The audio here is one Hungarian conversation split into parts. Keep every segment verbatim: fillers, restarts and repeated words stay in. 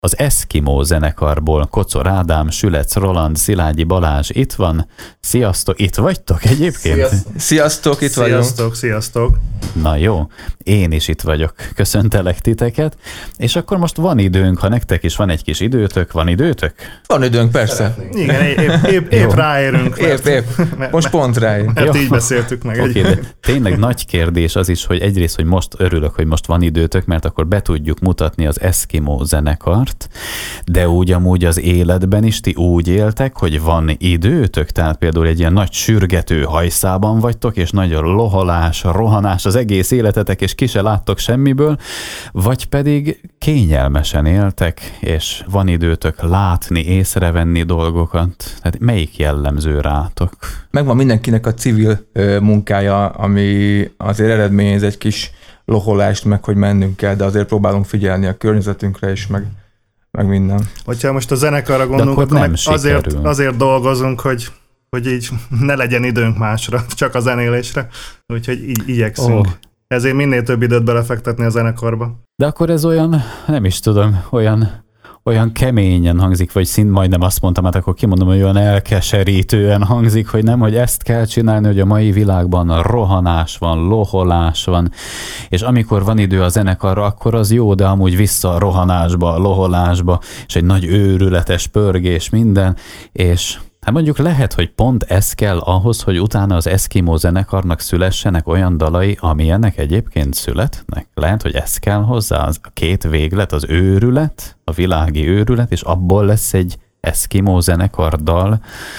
Az Eszkimó zenekarból Kocor Ádám, Sülec Roland, Szilágyi Balázs itt van. Sziasztok, itt vagytok egyébként? Sziasztok, sziasztok itt vagyunk. Sziasztok, sziasztok. Na jó, én is itt vagyok. Köszöntelek titeket. És akkor most van időnk, ha nektek is van egy kis időtök, van időtök? Van időnk, persze. Szeretnénk. Igen, épp, épp, épp ráérünk. Épp, épp. Most pont ráérünk. Mert így beszéltük meg. Oké, okay, de tényleg nagy kérdés az is, hogy egyrészt, hogy most örülök, hogy most van időtök, mert akkor be tudjuk mutatni az Eszkimó zenekart, de úgy amúgy az életben is ti úgy éltek, hogy van időtök, tehát például egy ilyen nagy sürgető hajszában vagytok, és nagy loholás, rohanás az egész életetek, és ki se láttok semmiből, vagy pedig kényelmesen éltek, és van időtök látni, észrevenni dolgokat. Tehát melyik jellemző rátok? Megvan mindenkinek a civil ö, munkája, ami azért eredményez egy kis loholást, meg hogy mennünk kell, de azért próbálunk figyelni a környezetünkre is, meg, meg minden. Hogyha most a zenekarra gondolunk, akkor, akkor meg azért, azért dolgozunk, hogy, hogy így ne legyen időnk másra, csak a zenélésre. Úgyhogy így igyekszünk. Oh. Ezért minél több időt belefektetni a zenekarba. De akkor ez olyan, nem is tudom, olyan, olyan keményen hangzik, vagy szint majdnem azt mondtam, hát akkor kimondom, hogy olyan elkeserítően hangzik, hogy nem, hogy ezt kell csinálni, hogy a mai világban rohanás van, loholás van, és amikor van idő a zenekarra, akkor az jó, de amúgy vissza a rohanásba, a loholásba, és egy nagy őrületes pörgés minden, és hát mondjuk lehet, hogy pont ez kell ahhoz, hogy utána az Eszkimó zenekarnak szülessenek olyan dalai, amilyenek egyébként születnek. Lehet, hogy ez kell hozzá, az a két véglet, az őrület, a világi őrület, és abból lesz egy Eszkimó zenekar dal,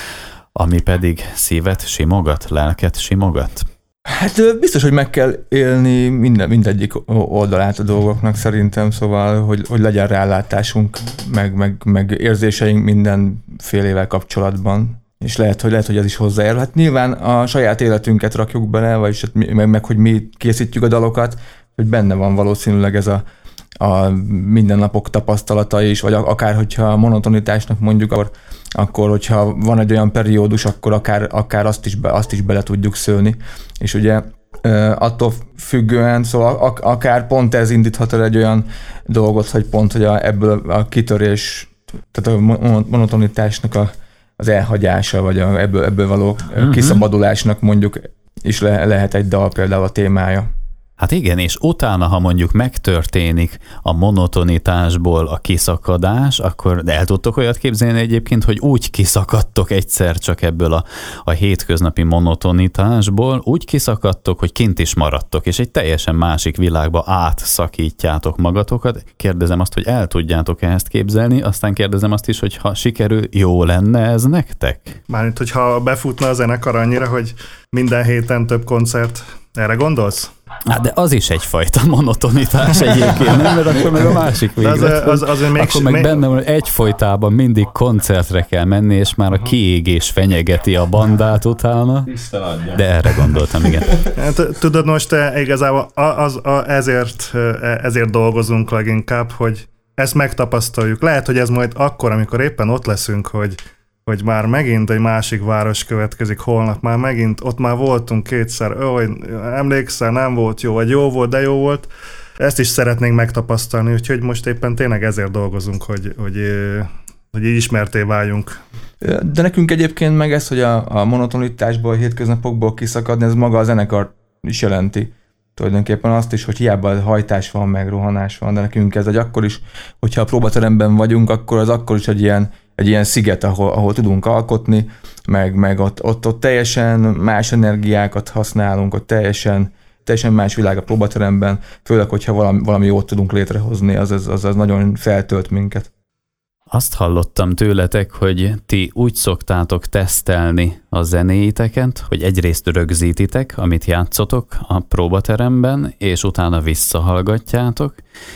ami pedig szívet simogat, lelket simogat. Hát biztos, hogy meg kell élni minden, mindegyik oldalát a dolgoknak szerintem, szóval, hogy, hogy legyen rálátásunk, meg, meg, meg érzéseink mindenfélével kapcsolatban. És lehet, hogy lehet, hogy ez is hozzájárul. Hát nyilván a saját életünket rakjuk bele, vagyis meg, meg hogy mi készítjük a dalokat, hogy benne van valószínűleg ez a, a mindennapok tapasztalata is, vagy akár, hogyha a monotonitásnak mondjuk, akkor, akkor hogyha van egy olyan periódus, akkor akár, akár azt, is be, azt is bele tudjuk szőni. És ugye attól függően, szóval akár pont ez indíthat el egy olyan dolgot, hogy pont, hogy a, ebből a kitörés, tehát a monotonitásnak a, az elhagyása, vagy a, ebből, ebből való uh-huh. kiszabadulásnak mondjuk is le, lehet egy dal például a témája. Hát igen, és utána, ha mondjuk megtörténik a monotonitásból a kiszakadás, akkor el tudtok olyat képzelni egyébként, hogy úgy kiszakadtok egyszer csak ebből a, a hétköznapi monotonitásból, úgy kiszakadtok, hogy kint is maradtok, és egy teljesen másik világba átszakítjátok magatokat. Kérdezem azt, hogy el tudjátok-e ezt képzelni, aztán kérdezem azt is, hogy ha sikerül, jó lenne ez nektek? Mármint, hogyha befutna a zenekar annyira, hogy minden héten több koncert, erre gondolsz? Hát de az is egyfajta monotonitás egyébként, nem? Mert akkor meg a másik véglet. Az, az, az, még akkor meg még... benne van, hogy egyfolytában mindig koncertre kell menni, és már a kiégés fenyegeti a bandát utána. De erre gondoltam, igen. Tudod, most te igazából az, az, ezért, ezért dolgozunk leginkább, hogy ezt megtapasztaljuk. Lehet, hogy ez majd akkor, amikor éppen ott leszünk, hogy hogy már megint egy másik város következik holnap, már megint, ott már voltunk kétszer, ó, emlékszel, nem volt jó, vagy jó volt, de jó volt. Ezt is szeretnénk megtapasztalni, úgyhogy most éppen tényleg ezért dolgozunk, hogy, hogy, hogy így ismerté váljunk. De nekünk egyébként meg ez, hogy a, a monotonitásból, a hétköznapokból kiszakadni, ez maga a zenekar is jelenti. Tulajdonképpen azt is, hogy hiába hajtás van, meg rohanás van, de nekünk ez, hogy akkor is, hogyha a próbateremben vagyunk, akkor az akkor is egy ilyen egy ilyen sziget, ahol, ahol tudunk alkotni, meg, meg ott, ott, ott teljesen más energiákat használunk, ott teljesen, teljesen más világ a próbateremben, főleg, hogyha valami, valami jót tudunk létrehozni, az, az, az, az nagyon feltölt minket. Azt hallottam tőletek, hogy ti úgy szoktátok tesztelni a zenéiteket, hogy egyrészt rögzítitek, amit játszotok a próbateremben, és utána visszahallgatjátok,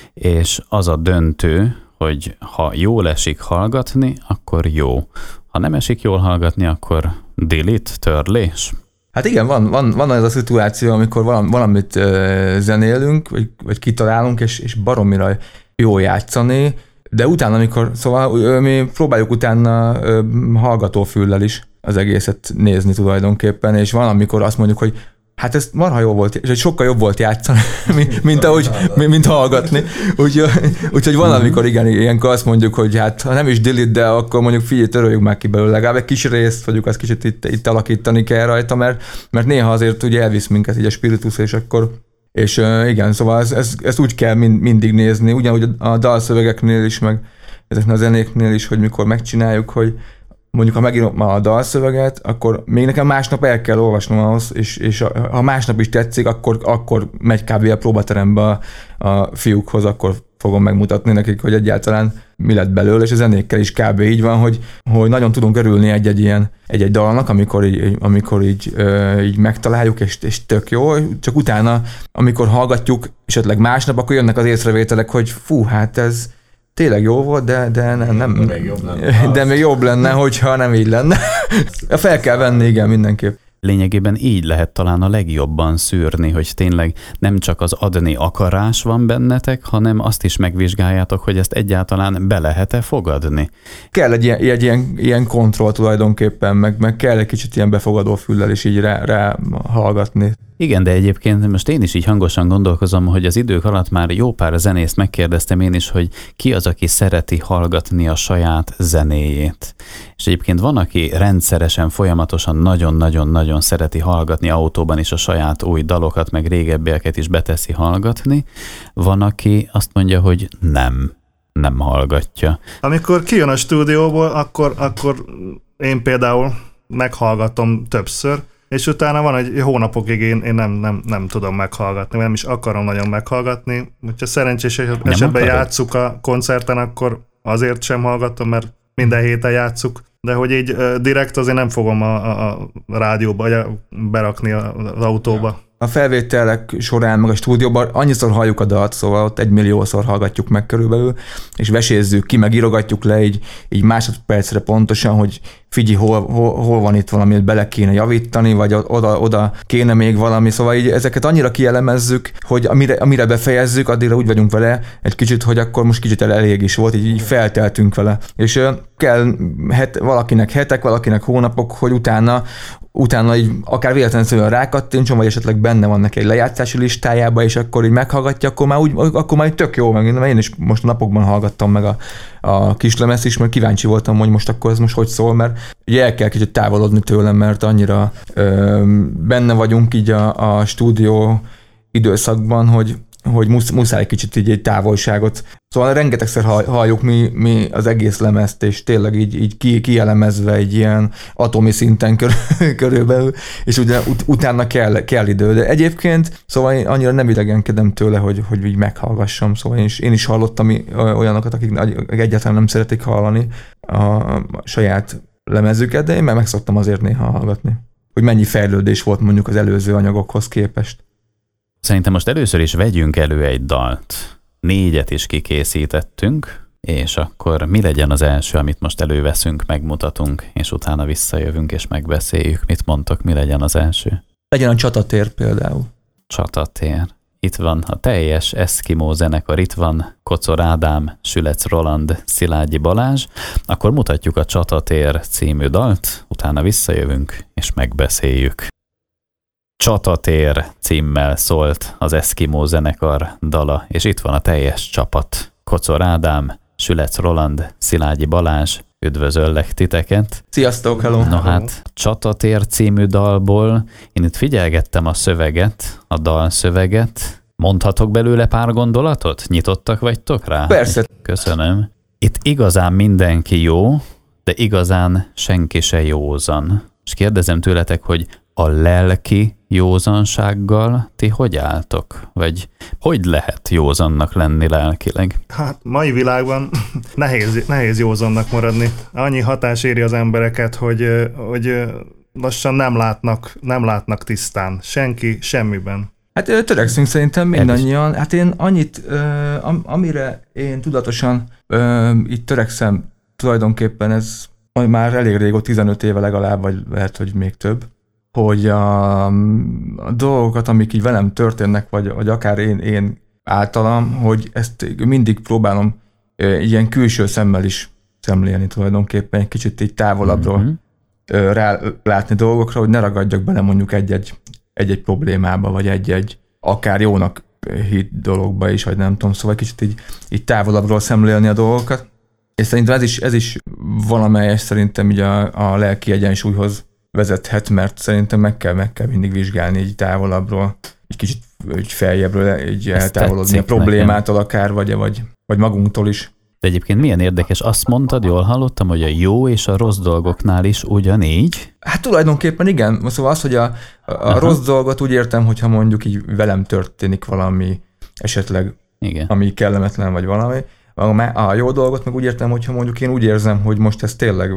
és az a döntő, hogy ha jól esik hallgatni, akkor jó. Ha nem esik jól hallgatni, akkor delete, törlés. Hát igen, van, van, van ez a szituáció, amikor valam, valamit uh, zenélünk, vagy, vagy kitalálunk, és, és baromira jó játszani, de utána, amikor, szóval uh, mi próbáljuk utána uh, hallgatófüllel is az egészet nézni tulajdonképpen, és van, amikor azt mondjuk, hogy Hát ez marha jó volt, és sokkal jobb volt játszani, mint, mint, ahogy, mint hallgatni. Úgyhogy, úgyhogy van, amikor igen, ilyenkor azt mondjuk, hogy hát ha nem is delete, de akkor mondjuk figyelj, töröljük már ki belőle, legalább egy kis részt, mondjuk azt kicsit itt, itt alakítani kell rajta, mert, mert néha azért ugye elvisz minket így a spiritus, és akkor és uh, igen, szóval ez, ez, ezt úgy kell mind, mindig nézni, ugyanúgy a dalszövegeknél is, meg ezeknél a zenéknél is, hogy mikor megcsináljuk, hogy mondjuk ha megírom a dalszöveget, akkor még nekem másnap el kell olvasnom ahhoz, és, és ha másnap is tetszik, akkor, akkor megy kb. A próbaterembe a, a fiúkhoz, akkor fogom megmutatni nekik, hogy egyáltalán mi lett belőle, és a zenékkel is kb. Így van, hogy, hogy nagyon tudunk örülni egy-egy ilyen, egy-egy dalnak, amikor így, amikor így, ö, így megtaláljuk, és, és tök jó, csak utána, amikor hallgatjuk, esetleg másnap, akkor jönnek az észrevételek, hogy fú, hát ez tényleg jó volt, de, de nem, nem még jobb lenne, de még jobb lenne, hogyha nem így lenne. Fel kell venni, igen, mindenképp. Lényegében így lehet talán a legjobban szűrni, hogy tényleg nem csak az adni akarás van bennetek, hanem azt is megvizsgáljátok, hogy ezt egyáltalán be lehet-e fogadni. Kell egy ilyen, egy ilyen, ilyen kontroll tulajdonképpen, meg, meg kell egy kicsit ilyen befogadó füllel is így rá, rá hallgatni. Igen, de egyébként most én is így hangosan gondolkozom, hogy az idők alatt már jó pár zenészt megkérdeztem én is, hogy ki az, aki szereti hallgatni a saját zenéjét. És egyébként van, aki rendszeresen, folyamatosan nagyon-nagyon-nagyon szereti hallgatni autóban is a saját új dalokat, meg régebbieket is beteszi hallgatni. Van, aki azt mondja, hogy nem, nem hallgatja. Amikor kijön a stúdióból, akkor, akkor én például meghallgatom többször, és utána van egy hónapokig én, én nem, nem, nem tudom meghallgatni, nem is akarom nagyon meghallgatni. Hogyha szerencsés esetben játsszuk a koncerten, akkor azért sem hallgatom, mert minden héten játsszuk. De hogy így uh, direkt azért nem fogom a, a, a rádióba berakni az autóba. A felvételek során, meg a stúdióban annyiszor halljuk a dalt, szóval ott egy milliószor hallgatjuk meg körülbelül, és vesézzük ki, meg írogatjuk le így, így másodpercre pontosan, hogy figyelj, hol, hol, hol van itt valami, bele kéne javítani, vagy oda, oda kéne még valami, szóval így ezeket annyira kielemezzük, hogy amire, amire befejezzük, addigra úgy vagyunk vele egy kicsit, hogy akkor most kicsit elég is volt, így, így felteltünk vele. És kell het, valakinek hetek, valakinek hónapok, hogy utána utána így akár véletlenül rákattintson, vagy esetleg benne van neki egy lejátszási listájába, és akkor így meghallgatja, akkor már, úgy, akkor már tök jó, meg én is most a napokban hallgattam meg a, a kislemezt is, mert kíváncsi voltam, hogy most akkor ez most hogy szól, mert ugye el kell kicsit távolodni tőlem, mert annyira ö, benne vagyunk így a, a stúdió időszakban, hogy hogy musz, muszáj egy kicsit így egy távolságot. Szóval rengetegszer halljuk mi, mi az egész lemezt, és tényleg így, így ki, kielemezve egy ilyen atomi szinten kör, körülbelül, és ugye ut, utána kell, kell idő. De egyébként, szóval én annyira nem idegenkedem tőle, hogy, hogy így meghallgassam. Szóval én is, én is hallottam olyanokat, akik egyáltalán nem szeretik hallani a, a saját lemezüket, de én meg megszoktam azért néha hallgatni. Hogy mennyi fejlődés volt mondjuk az előző anyagokhoz képest. Szerintem most először is vegyünk elő egy dalt. Négyet is kikészítettünk, és akkor mi legyen az első, amit most előveszünk, megmutatunk, és utána visszajövünk és megbeszéljük. Mit mondtok, mi legyen az első? Legyen a Csatatér például. Csatatér. Itt van a teljes Eszkimó zenekar, itt van Kocor Ádám, Sülec Roland, Szilágyi Balázs. Akkor mutatjuk a Csatatér című dalt, utána visszajövünk és megbeszéljük. Csatatér címmel szólt az Eszkimó zenekar dala, és itt van a teljes csapat. Kocor Ádám, Sülec Roland, Szilágyi Balázs, üdvözöllek titeket. Sziasztok, hello! No hát, Csatatér című dalból én itt figyelgettem a szöveget, a dalszöveget. Mondhatok belőle pár gondolatot? Nyitottak vagytok rá? Persze. Köszönöm. Itt igazán mindenki jó, de igazán senki se józan. És kérdezem tőletek, hogy a lelki józansággal ti hogy álltok? Vagy hogy lehet józannak lenni lelkileg? Hát mai világban nehéz, nehéz józannak maradni. Annyi hatás éri az embereket, hogy, hogy lassan nem látnak, nem látnak tisztán. Senki, semmiben. Hát törekszünk szerintem mindannyian. Hát én annyit, amire én tudatosan itt törekszem, tulajdonképpen ez már elég régóta, tizenöt éve legalább, vagy lehet, hogy még több, hogy a, a dolgokat, amik így velem történnek, vagy, vagy akár én, én általam, hogy ezt mindig próbálom e, ilyen külső szemmel is szemlélni tulajdonképpen, egy kicsit így távolabbról mm-hmm. e, rá látni dolgokra, hogy ne ragadjak bele mondjuk egy-egy egy-egy problémába, vagy egy-egy akár jónak hit dologba is, vagy nem tudom, szóval kicsit így, így távolabbról szemlélni a dolgokat. És szerintem ez is, ez is valamelyes szerintem így a, a lelki egyensúlyhoz vezethet, mert szerintem meg kell, meg kell mindig vizsgálni így távolabbról, egy kicsit így feljebbről így eltávolodni a problémától akár, vagy, vagy, vagy magunktól is. De egyébként milyen érdekes, azt mondtad, jól hallottam, hogy a jó és a rossz dolgoknál is ugyanígy? Hát tulajdonképpen igen. Szóval az, hogy a, a rossz dolgot úgy értem, hogyha mondjuk így velem történik valami esetleg, igen. ami kellemetlen vagy valami. A, a jó dolgot meg úgy értem, hogyha mondjuk én úgy érzem, hogy most ez tényleg,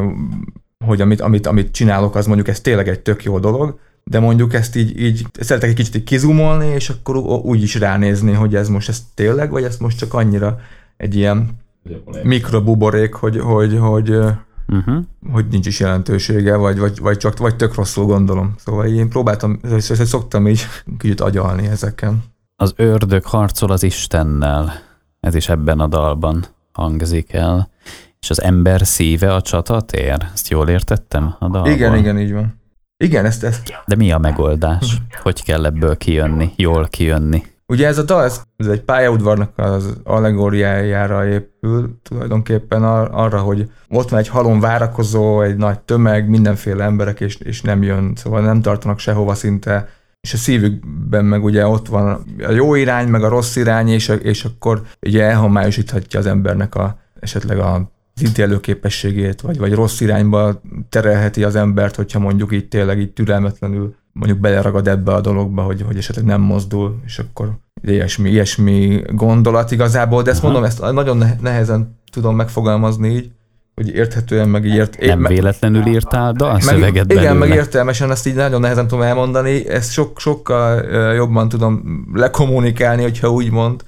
hogy amit, amit, amit csinálok, az mondjuk ez tényleg egy tök jó dolog, de mondjuk ezt így, így szeretek egy kicsit így kizumolni, és akkor úgy is ránézni, hogy ez most ez tényleg, vagy ez most csak annyira egy ilyen mikrobuborék, hogy, hogy, hogy, uh-huh. hogy nincs is jelentősége, vagy, vagy, vagy csak vagy tök rosszul gondolom. Szóval én próbáltam, és szoktam így kicsit agyalni ezeken. Az ördög harcol az Istennel. Ez is ebben a dalban hangzik el. És az ember szíve a csatatér. Ezt jól értettem a dalban? Igen, igen, így van. Igen, ezt, ezt. De mi a megoldás? Hogy kell ebből kijönni? Jól kijönni? Ugye ez a dal, ez, ez egy pályaudvarnak az allegóriájára épül, tulajdonképpen ar- arra, hogy ott van egy halom várakozó, egy nagy tömeg, mindenféle emberek, és, és nem jön, szóval nem tartanak sehova szinte, és a szívükben meg ugye ott van a jó irány, meg a rossz irány, és, és akkor ugye elhomályosíthatja az embernek a, esetleg a az ítélőképességét, vagy, vagy rossz irányba terelheti az embert, hogyha mondjuk így tényleg így türelmetlenül mondjuk beleragad ebbe a dologba, hogy, hogy esetleg nem mozdul, és akkor ilyesmi, ilyesmi gondolat igazából, de ezt Aha. mondom, ezt nagyon nehezen tudom megfogalmazni így, hogy érthetően meg így ért... Nem meg, véletlenül írtál dalszöveget belőle. Igen, meg értelmesen ezt így nagyon nehezen tudom elmondani, ezt sok, sokkal jobban tudom lekommunikálni, hogyha úgy mond,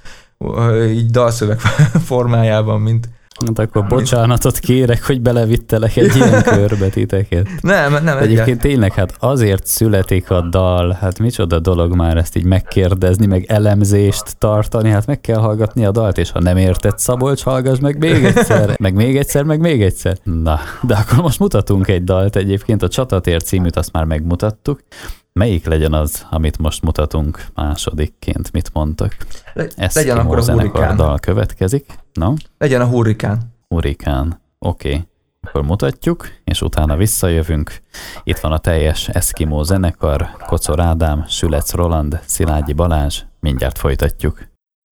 így dalszöveg formájában, mint Hát akkor bocsánatot kérek, hogy belevittelek egy ilyen körbe titeket. Nem, nem. Egyébként tényleg, hát azért születik a dal, hát micsoda dolog már ezt így megkérdezni, meg elemzést tartani, hát meg kell hallgatni a dalt, és ha nem érted, Szabolcs, hallgass meg még egyszer, meg még egyszer, meg még egyszer. Na, de akkor most mutatunk egy dalt egyébként, a Csatatér címűt azt már megmutattuk. Melyik legyen az, amit most mutatunk másodikként? Mit mondtak? Le- legyen akkor a Hurrikán. Dal következik. No? Legyen a Hurrikán. Hurrikán. Oké. Okay. Akkor mutatjuk, és utána visszajövünk. Itt van a teljes Eszkimó zenekar, Kocor Ádám, Sülec Roland, Szilágyi Balázs. Mindjárt folytatjuk.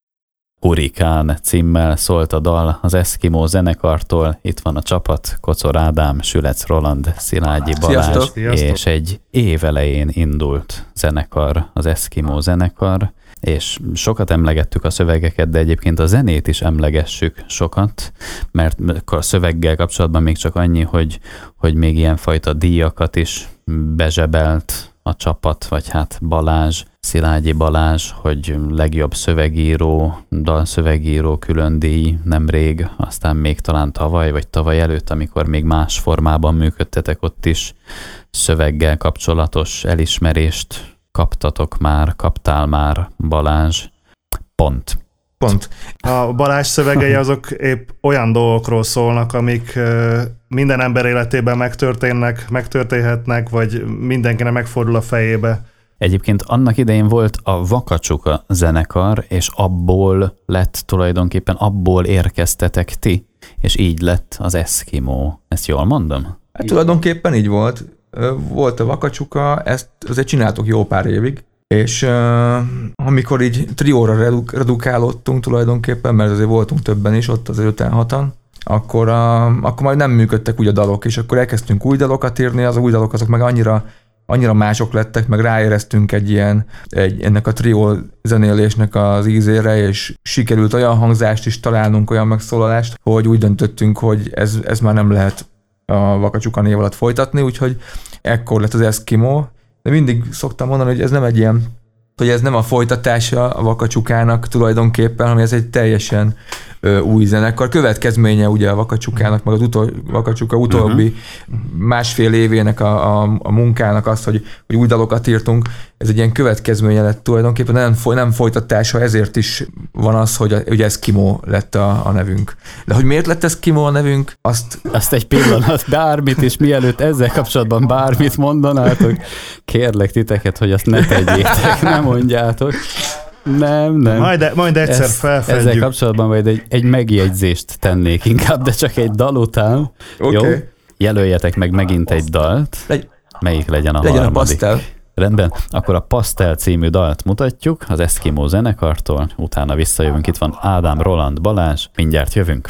Hurrikán címmel szólt a dal az Eszkimó zenekartól. Itt van a csapat, Kocor Ádám, Sülec Roland, Szilágyi Balázs, Sziasztok. És egy év elején indult zenekar, az Eszkimó zenekar, és sokat emlegettük a szövegeket, de egyébként a zenét is emlegessük sokat, mert a szöveggel kapcsolatban még csak annyi, hogy, hogy még ilyenfajta díjakat is bezsebelt a csapat, vagy hát Balázs, Szilágyi Balázs, hogy legjobb szövegíró, dalszövegíró külön díj nemrég, aztán még talán tavaly, vagy tavaly előtt, amikor még más formában működtetek, ott is szöveggel kapcsolatos elismerést kaptatok már, kaptál már, Balázs. Pont. Pont. A Balázs szövegei azok épp olyan dolgokról szólnak, amik minden ember életében megtörténnek, megtörténhetnek, vagy mindenkinek megfordul a fejébe. Egyébként annak idején volt a Vakacsuka zenekar, és abból lett tulajdonképpen, abból érkeztetek ti, és így lett az Eszkimó. Ezt jól mondom? Hát tulajdonképpen így volt. Volt a Vakacsuka, ezt azért csináltuk jó pár évig, és uh, amikor így trióra reduk- redukálódtunk tulajdonképpen, mert azért voltunk többen is, ott azért öten-hatan, akkor, uh, akkor majd nem működtek úgy a dalok, és akkor elkezdtünk új dalokat írni, az új dalok azok meg annyira, annyira mások lettek, meg ráéreztünk egy ilyen, egy, ennek a trió zenélésnek az ízére, és sikerült olyan hangzást is találnunk, olyan megszólalást, hogy úgy döntöttünk, hogy ez, ez már nem lehet a Vakacsuka név alatt folytatni, úgyhogy ekkor lett az Eszkimó. De mindig szoktam mondani, hogy ez nem egy ilyen, hogy ez nem a folytatása a Vakacsukának tulajdonképpen, hanem ez egy teljesen ö, új zenekar. Következménye ugye a Vakacsukának, meg az utol, Vakacsuka utóbbi uh-huh. másfél évének a, a, a munkának az, hogy, hogy új dalokat írtunk, ez egy ilyen következménye lett tulajdonképpen, nem, foly, nem folytatása, ezért is van az, hogy ugye Eskimo lett a, a nevünk. De hogy miért lett Eskimo a nevünk, azt... Azt egy pillanat, bármit is, mielőtt ezzel kapcsolatban bármit mondanátok, kérlek titeket, hogy azt ne tegyétek, ne mondjátok. Nem, nem. Majd, majd egyszer Ezt, felfedjük. Ezzel kapcsolatban majd egy, egy megjegyzést tennék inkább, de csak egy dal után. Okay. Jó? Jelöljetek meg megint egy dalt. Legy- Melyik legyen a legyen harmadik? A Pasztel. Rendben, akkor a Pasztel című dalt mutatjuk az Eskimo zenekartól, utána visszajövünk, itt van Ádám, Roland, Balázs, mindjárt jövünk.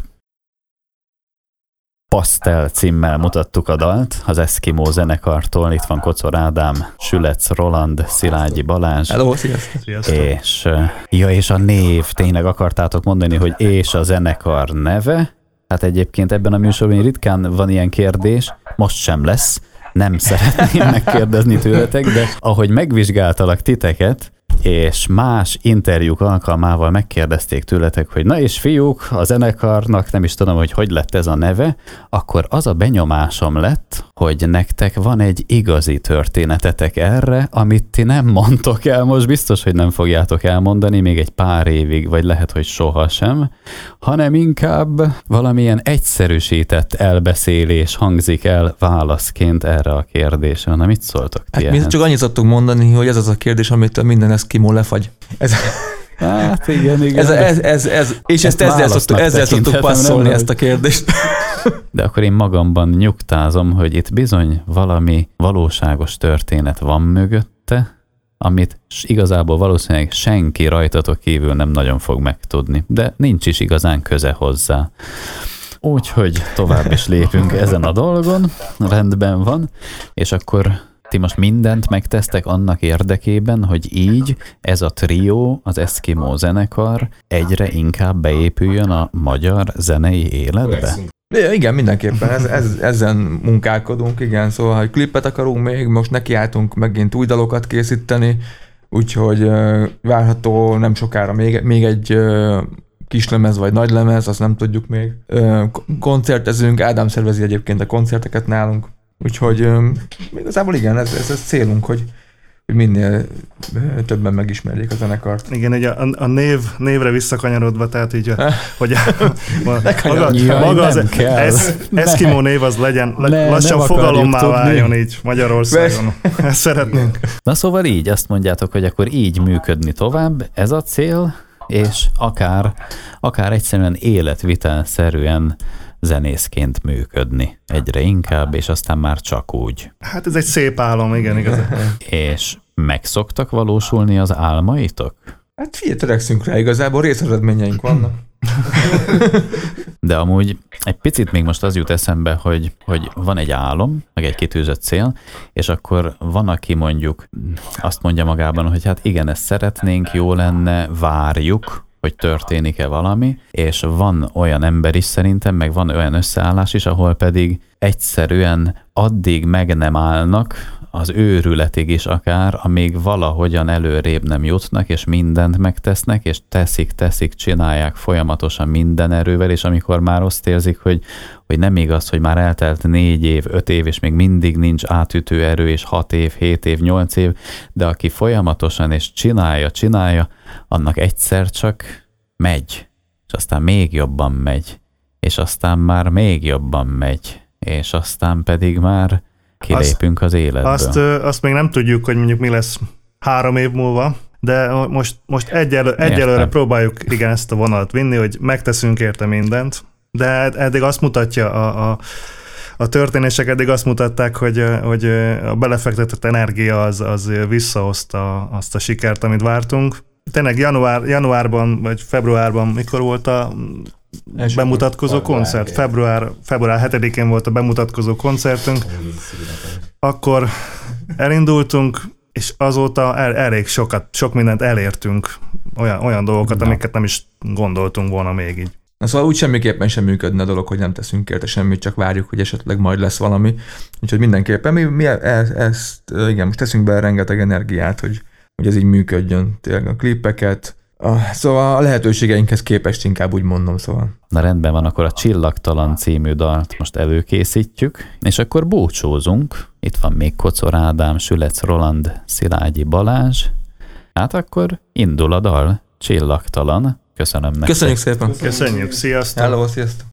Pasztel címmel mutattuk a dalt az Eskimo zenekartól, itt van Kocor Ádám, Sülec, Roland, Szilágyi Balázs. Hello, sziasztok. Sziasztok. És, ja, és a név, tényleg akartátok mondani, hogy és a zenekar neve? Hát egyébként ebben a műsorban ritkán van ilyen kérdés, most sem lesz. Nem szeretném megkérdezni tőletek, de ahogy megvizsgáltalak titeket, és más interjúk alkalmával megkérdezték tőletek, hogy na és fiúk, a zenekarnak nem is tudom, hogy hogy lett ez a neve, akkor az a benyomásom lett, hogy nektek van egy igazi történetetek erre, amit ti nem mondtok el, most biztos, hogy nem fogjátok elmondani még egy pár évig, vagy lehet, hogy sohasem, hanem inkább valamilyen egyszerűsített elbeszélés hangzik el válaszként erre a kérdésre. Na mit szóltok ti? Hát mi csak annyit szoktunk mondani, hogy ez az a kérdés, amit minden Eskimo lefagy. Ez, hát igen, igen. Ez, ez, ez, ez, és ezt, ezt ezzel szoktuk, ezzel szoktuk passzolni ezt a kérdést. De akkor én magamban nyugtázom, hogy itt bizony valami valóságos történet van mögötte, amit igazából valószínűleg senki rajtatok kívül nem nagyon fog megtudni, de nincs is igazán köze hozzá. Úgyhogy tovább is lépünk ezen a dolgon, rendben van, és akkor ti most mindent megtesztek annak érdekében, hogy így ez a trió, az Eskimo zenekar egyre inkább beépüljön a magyar zenei életbe? Ja, igen, mindenképpen, ez, ez, ezen munkálkodunk, igen, szóval, ha klipet akarunk még, most nekiálltunk megint új dalokat készíteni, úgyhogy uh, várható nem sokára még, még egy uh, kislemez vagy nagylemez, azt nem tudjuk még. Uh, koncertezünk, Ádám szervezi egyébként a koncerteket nálunk, úgyhogy um, igazából igen, ez, ez, ez célunk, hogy hogy minél többen megismerjék a zenekart. Igen, ugye a, a név, névre visszakanyarodva, tehát így, a, hogy a, a, maga, Jaj, maga az ez, Eskimo név az legyen, ne, lassan fogalommá váljon így Magyarországon. Ezt szeretnénk. Na szóval így, azt mondjátok, hogy akkor így működni tovább, ez a cél, és akár, akár egyszerűen életvitelszerűen zenészként működni egyre inkább, és aztán már csak úgy. Hát ez egy szép álom, igen, igazán. És meg szoktak valósulni az álmaitok? Hát figyelj, törekszünk rá, igazából részeredményeink vannak. De amúgy egy picit még most az jut eszembe, hogy, hogy van egy álom, meg egy kitűzött cél, és akkor van, aki mondjuk azt mondja magában, hogy hát igen, ezt szeretnénk, jó lenne, várjuk, hogy történik-e valami, és van olyan ember is szerintem, meg van olyan összeállás is, ahol pedig egyszerűen addig meg nem állnak, az őrületig is akár, amíg valahogyan előrébb nem jutnak, és mindent megtesznek, és teszik, teszik, csinálják folyamatosan minden erővel, és amikor már azt érzik, hogy, hogy nem igaz, hogy már eltelt négy év, öt év, és még mindig nincs átütő erő, és hat év, hét év, nyolc év, de aki folyamatosan és csinálja, csinálja, annak egyszer csak megy, és aztán még jobban megy, és aztán már még jobban megy, és aztán pedig már kilépünk az életből. Azt, azt még nem tudjuk, hogy mondjuk mi lesz három év múlva, de most, most egyelő, egyelőre próbáljuk igen ezt a vonalat vinni, hogy megteszünk érte mindent, de eddig azt mutatja a, a, a történések, eddig azt mutatták, hogy, hogy a belefektetett energia az, az visszahozta azt a sikert, amit vártunk. Tényleg január, januárban vagy februárban, mikor volt a Első bemutatkozó koncert? Február, február hetedikén volt a bemutatkozó koncertünk. Akkor elindultunk, és azóta el, elég sokat, sok mindent elértünk, olyan, olyan dolgokat, Na. amiket nem is gondoltunk volna még így. Na, szóval úgy semmiképpen sem működne a dolog, hogy nem teszünk érte semmit, csak várjuk, hogy esetleg majd lesz valami. Úgyhogy mindenképpen mi, mi ezt, ezt, igen, most teszünk be rengeteg energiát, hogy, hogy ez így működjön. Tényleg a klipeket, A, szóval a lehetőségeinkhez képest inkább úgy mondom, szóval. Na rendben van, akkor a Csillagtalan című dalt most előkészítjük, és akkor búcsózunk. Itt van még Kocor Ádám, Sülec Roland, Szilágyi Balázs. Hát akkor indul a dal, Csillagtalan. Köszönöm nektek. Köszönjük szépen. Köszönjük, sziasztok! Hello, sziasztok!